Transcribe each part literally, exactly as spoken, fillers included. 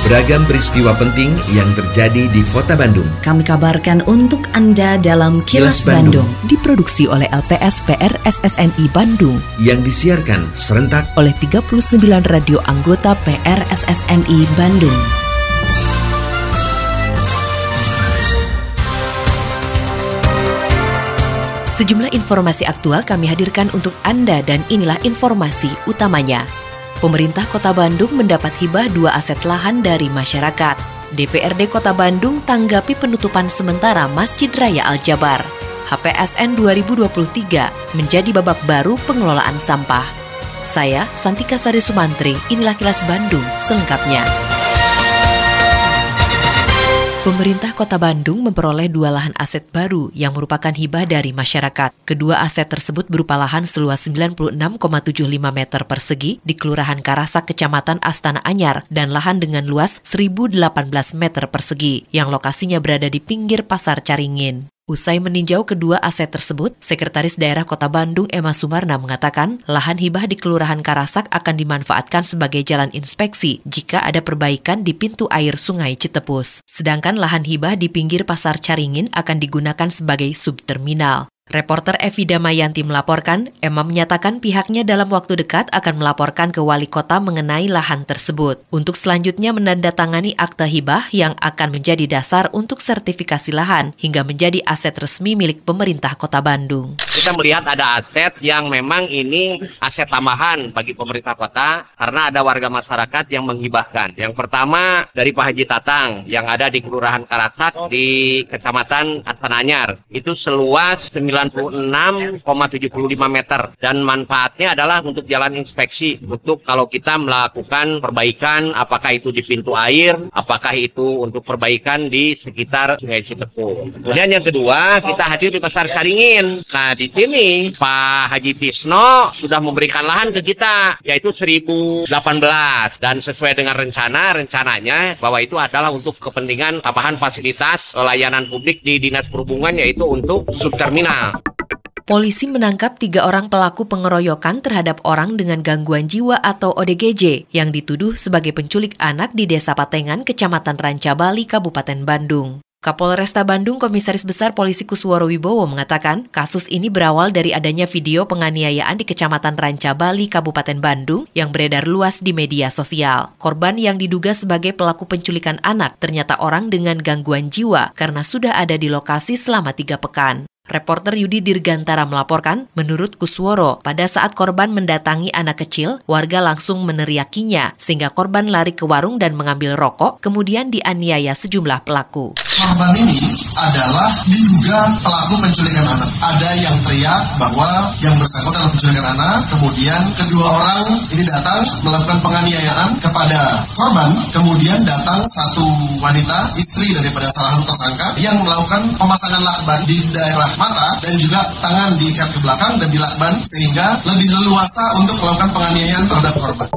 Beragam peristiwa penting yang terjadi di Kota Bandung kami kabarkan untuk Anda dalam Kilas, Kilas Bandung. Bandung. Diproduksi oleh L P S P R S S N I Bandung yang disiarkan serentak oleh tiga puluh sembilan radio anggota P R S S N I Bandung. Sejumlah informasi aktual kami hadirkan untuk Anda dan inilah informasi utamanya. Pemerintah Kota Bandung mendapat hibah dua aset lahan dari masyarakat. D P R D Kota Bandung tanggapi penutupan sementara Masjid Raya Al-Jabar. H P S N dua ribu dua puluh tiga menjadi babak baru pengelolaan sampah. Saya, Santika Sari Sumantri, inilah Kilas Bandung selengkapnya. Pemerintah Kota Bandung memperoleh dua lahan aset baru yang merupakan hibah dari masyarakat. Kedua aset tersebut berupa lahan seluas sembilan puluh enam koma tujuh lima meter persegi di Kelurahan Karasak, Kecamatan Astana Anyar, dan lahan dengan luas seribu delapan belas meter persegi yang lokasinya berada di pinggir Pasar Caringin. Usai meninjau kedua aset tersebut, Sekretaris Daerah Kota Bandung Emma Sumarna mengatakan lahan hibah di Kelurahan Karasak akan dimanfaatkan sebagai jalan inspeksi jika ada perbaikan di pintu air Sungai Citepus. Sedangkan lahan hibah di pinggir Pasar Caringin akan digunakan sebagai subterminal. Reporter Evi Damayanti melaporkan, Emma menyatakan pihaknya dalam waktu dekat akan melaporkan ke wali kota mengenai lahan tersebut. Untuk selanjutnya menandatangani akta hibah yang akan menjadi dasar untuk sertifikasi lahan hingga menjadi aset resmi milik pemerintah Kota Bandung. Kita melihat ada aset yang memang ini aset tambahan bagi pemerintah kota karena ada warga masyarakat yang menghibahkan. Yang pertama dari Pak Haji Tatang yang ada di Kelurahan Karasak di Kecamatan Astana Anyar. Itu seluas sembilan puluh enam koma tujuh lima meter dan manfaatnya adalah untuk jalan inspeksi untuk kalau kita melakukan perbaikan apakah itu di pintu air, apakah itu untuk perbaikan di sekitar Sungai Citepus. Kemudian yang kedua kita hadir di Pasar Caringin. Nah di sini Pak Haji Tisno sudah memberikan lahan ke kita yaitu seribu delapan belas dan sesuai dengan rencana rencananya bahwa itu adalah untuk kepentingan tambahan fasilitas layanan publik di Dinas Perhubungan yaitu untuk subterminal. Polisi menangkap tiga orang pelaku pengeroyokan terhadap orang dengan gangguan jiwa atau O D G J yang dituduh sebagai penculik anak di Desa Patengan, Kecamatan Rancabali, Kabupaten Bandung. Kapolresta Bandung Komisaris Besar Polisi Kusworo Wibowo mengatakan kasus ini berawal dari adanya video penganiayaan di Kecamatan Rancabali, Kabupaten Bandung yang beredar luas di media sosial. Korban yang diduga sebagai pelaku penculikan anak ternyata orang dengan gangguan jiwa karena sudah ada di lokasi selama tiga pekan. Reporter Yudi Dirgantara melaporkan, menurut Kusworo, pada saat korban mendatangi anak kecil, warga langsung meneriakinya, sehingga korban lari ke warung dan mengambil rokok, kemudian dianiaya sejumlah pelaku. Korban ini adalah diduga pelaku penculikan anak. Ada yang teriak bahwa yang bersangkutan adalah penculikan anak, kemudian kedua orang ini datang melakukan penganiayaan kepada korban, kemudian datang satu wanita, istri daripada salah satu tersangka, yang melakukan pemasangan lakban di daerah mata dan juga tangan diikat ke belakang dan dilakban sehingga lebih leluasa untuk melakukan penganiayaan terhadap korban.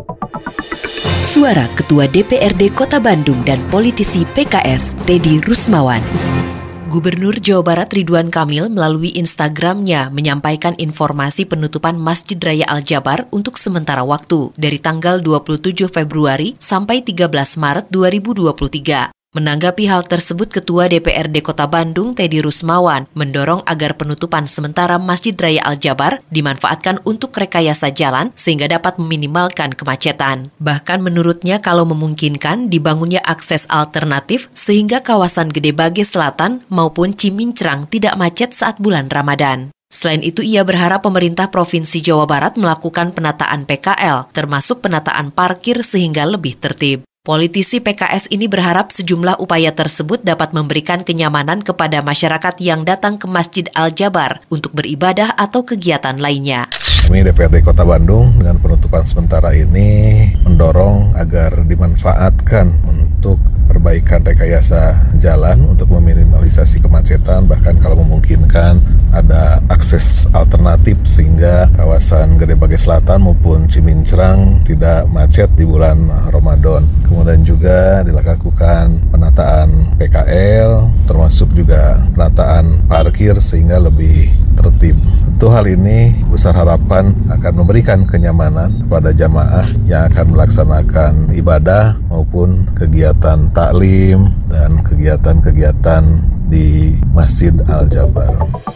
Suara Ketua D P R D Kota Bandung dan politisi P K S Teddy Rusmawan. Gubernur Jawa Barat Ridwan Kamil melalui Instagramnya menyampaikan informasi penutupan Masjid Raya Al-Jabar untuk sementara waktu dari tanggal dua puluh tujuh Februari sampai tiga belas Maret dua ribu dua puluh tiga. Menanggapi hal tersebut, Ketua D P R D Kota Bandung, Teddy Rusmawan, mendorong agar penutupan sementara Masjid Raya Al-Jabar dimanfaatkan untuk rekayasa jalan sehingga dapat meminimalkan kemacetan. Bahkan menurutnya kalau memungkinkan dibangunnya akses alternatif sehingga kawasan Gede Bage Selatan maupun Cimincrang tidak macet saat bulan Ramadan. Selain itu, ia berharap pemerintah Provinsi Jawa Barat melakukan penataan P K L, termasuk penataan parkir sehingga lebih tertib. Politisi P K S ini berharap sejumlah upaya tersebut dapat memberikan kenyamanan kepada masyarakat yang datang ke Masjid Al-Jabar untuk beribadah atau kegiatan lainnya. Kami D P R D Kota Bandung dengan penutupan sementara ini mendorong agar dimanfaatkan untuk perbaikan rekayasa jalan untuk meminimalisasi kemacetan, bahkan kalau memungkinkan ada akses alternatif sehingga kawasan Gede Bage Selatan maupun Cimincrang tidak macet di bulan Ramadan. Kemudian juga dilakukan penataan P K L, termasuk juga penataan parkir sehingga lebih tertib. Tentu hal ini besar harapan diharapkan akan memberikan kenyamanan kepada jamaah yang akan melaksanakan ibadah maupun kegiatan taklim dan kegiatan-kegiatan di Masjid Al-Jabar.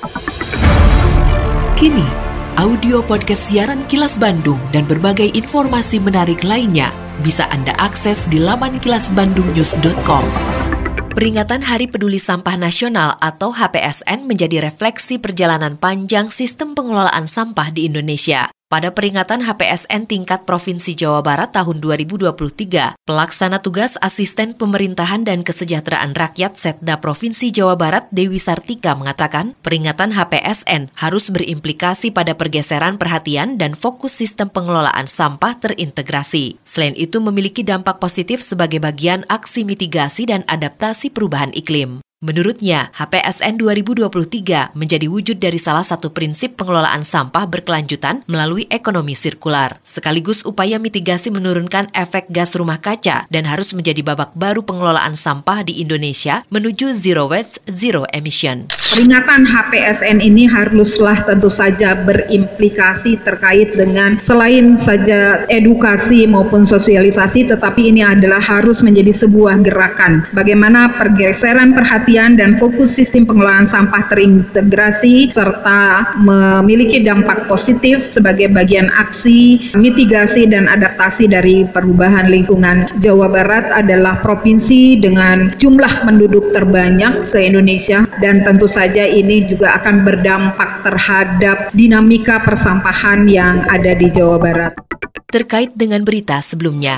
Kini, audio podcast siaran Kilas Bandung dan berbagai informasi menarik lainnya bisa Anda akses di laman kilas bandung news dot com. Peringatan Hari Peduli Sampah Nasional atau H P S N menjadi refleksi perjalanan panjang sistem pengelolaan sampah di Indonesia. Pada peringatan H P S N tingkat Provinsi Jawa Barat tahun dua ribu dua puluh tiga, Pelaksana Tugas Asisten Pemerintahan dan Kesejahteraan Rakyat Setda Provinsi Jawa Barat Dewi Sartika mengatakan, peringatan H P S N harus berimplikasi pada pergeseran perhatian dan fokus sistem pengelolaan sampah terintegrasi. Selain itu memiliki dampak positif sebagai bagian aksi mitigasi dan adaptasi perubahan iklim. Menurutnya, H P S N dua ribu dua puluh tiga menjadi wujud dari salah satu prinsip pengelolaan sampah berkelanjutan melalui ekonomi sirkular, sekaligus upaya mitigasi menurunkan efek gas rumah kaca dan harus menjadi babak baru pengelolaan sampah di Indonesia menuju zero waste, zero emission. Peringatan H P S N ini haruslah tentu saja berimplikasi terkait dengan selain saja edukasi maupun sosialisasi, tetapi ini adalah harus menjadi sebuah gerakan. Bagaimana pergeseran perhatian dan fokus sistem pengelolaan sampah terintegrasi serta memiliki dampak positif sebagai bagian aksi mitigasi dan adaptasi dari perubahan lingkungan. Jawa Barat adalah provinsi dengan jumlah penduduk terbanyak se-Indonesia dan tentu saja ini juga akan berdampak terhadap dinamika persampahan yang ada di Jawa Barat. Terkait dengan berita sebelumnya,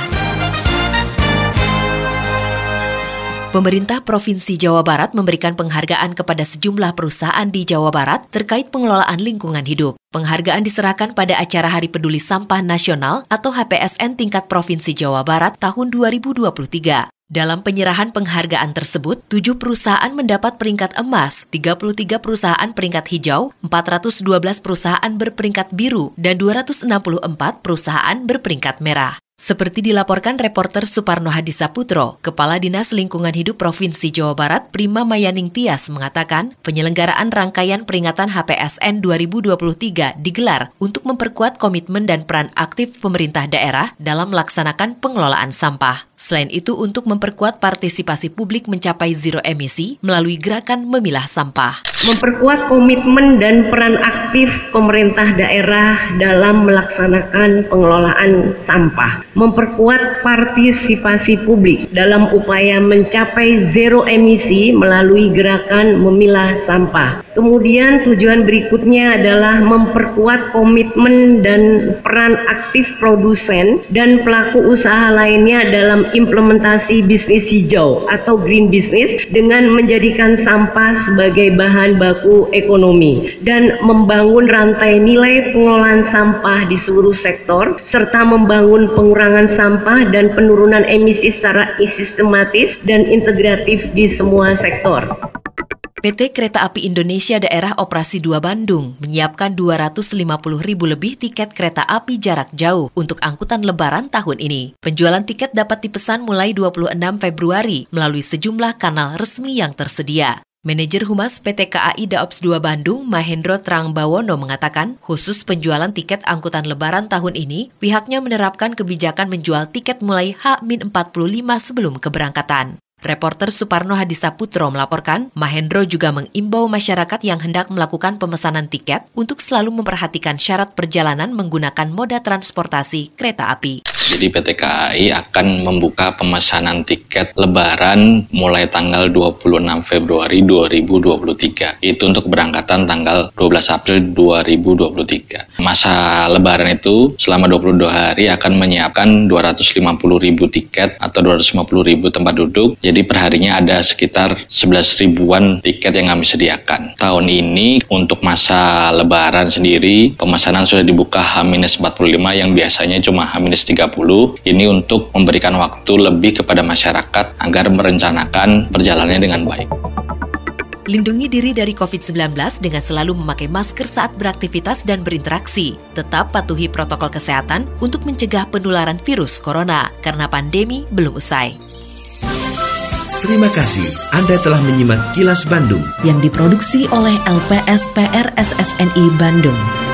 Pemerintah Provinsi Jawa Barat memberikan penghargaan kepada sejumlah perusahaan di Jawa Barat terkait pengelolaan lingkungan hidup. Penghargaan diserahkan pada acara Hari Peduli Sampah Nasional atau H P S N tingkat Provinsi Jawa Barat tahun dua ribu dua puluh tiga. Dalam penyerahan penghargaan tersebut, tujuh perusahaan mendapat peringkat emas, tiga puluh tiga perusahaan peringkat hijau, empat ratus dua belas perusahaan berperingkat biru, dan dua ratus enam puluh empat perusahaan berperingkat merah. Seperti dilaporkan reporter Suparno Hadisaputro, Kepala Dinas Lingkungan Hidup Provinsi Jawa Barat Prima Mayaning Tias mengatakan penyelenggaraan rangkaian peringatan H P S N dua ribu dua puluh tiga digelar untuk memperkuat komitmen dan peran aktif pemerintah daerah dalam melaksanakan pengelolaan sampah. Selain itu untuk memperkuat partisipasi publik mencapai zero emisi melalui gerakan memilah sampah. Memperkuat komitmen dan peran aktif pemerintah daerah dalam melaksanakan pengelolaan sampah. Memperkuat partisipasi publik dalam upaya mencapai zero emisi melalui gerakan memilah sampah. Kemudian tujuan berikutnya adalah memperkuat komitmen dan peran aktif produsen dan pelaku usaha lainnya dalam implementasi bisnis hijau atau green business dengan menjadikan sampah sebagai bahan baku ekonomi dan membangun rantai nilai pengelolaan sampah di seluruh sektor serta membangun pengurangan sampah dan penurunan emisi secara sistematis dan integratif di semua sektor. P T Kereta Api Indonesia Daerah Operasi dua Bandung menyiapkan dua ratus lima puluh ribu lebih tiket kereta api jarak jauh untuk angkutan Lebaran tahun ini. Penjualan tiket dapat dipesan mulai dua puluh enam Februari melalui sejumlah kanal resmi yang tersedia. Manajer Humas P T K A I Daops dua Bandung, Mahendro Trangbawono mengatakan, khusus penjualan tiket angkutan Lebaran tahun ini, pihaknya menerapkan kebijakan menjual tiket mulai H minus empat puluh lima sebelum keberangkatan. Reporter Suparno Hadisaputro melaporkan, Mahendro juga mengimbau masyarakat yang hendak melakukan pemesanan tiket untuk selalu memperhatikan syarat perjalanan menggunakan moda transportasi kereta api. Jadi P T K A I akan membuka pemesanan tiket Lebaran mulai tanggal dua puluh enam Februari dua ribu dua puluh tiga. Itu untuk keberangkatan tanggal dua belas April dua ribu dua puluh tiga. Masa Lebaran itu selama dua puluh dua hari akan menyiapkan dua ratus lima puluh ribu tiket atau dua ratus lima puluh ribu tempat duduk. Jadi perharinya ada sekitar sebelas ribuan tiket yang kami sediakan. Tahun ini untuk masa Lebaran sendiri pemesanan sudah dibuka H minus empat puluh lima yang biasanya cuma H minus tiga puluh. Ini untuk memberikan waktu lebih kepada masyarakat agar merencanakan perjalanannya dengan baik. Lindungi diri dari covid sembilan belas dengan selalu memakai masker saat beraktivitas dan berinteraksi. Tetap patuhi protokol kesehatan untuk mencegah penularan virus corona karena pandemi belum usai. Terima kasih Anda telah menyimak Kilas Bandung yang diproduksi oleh L P S P R S S N I Bandung.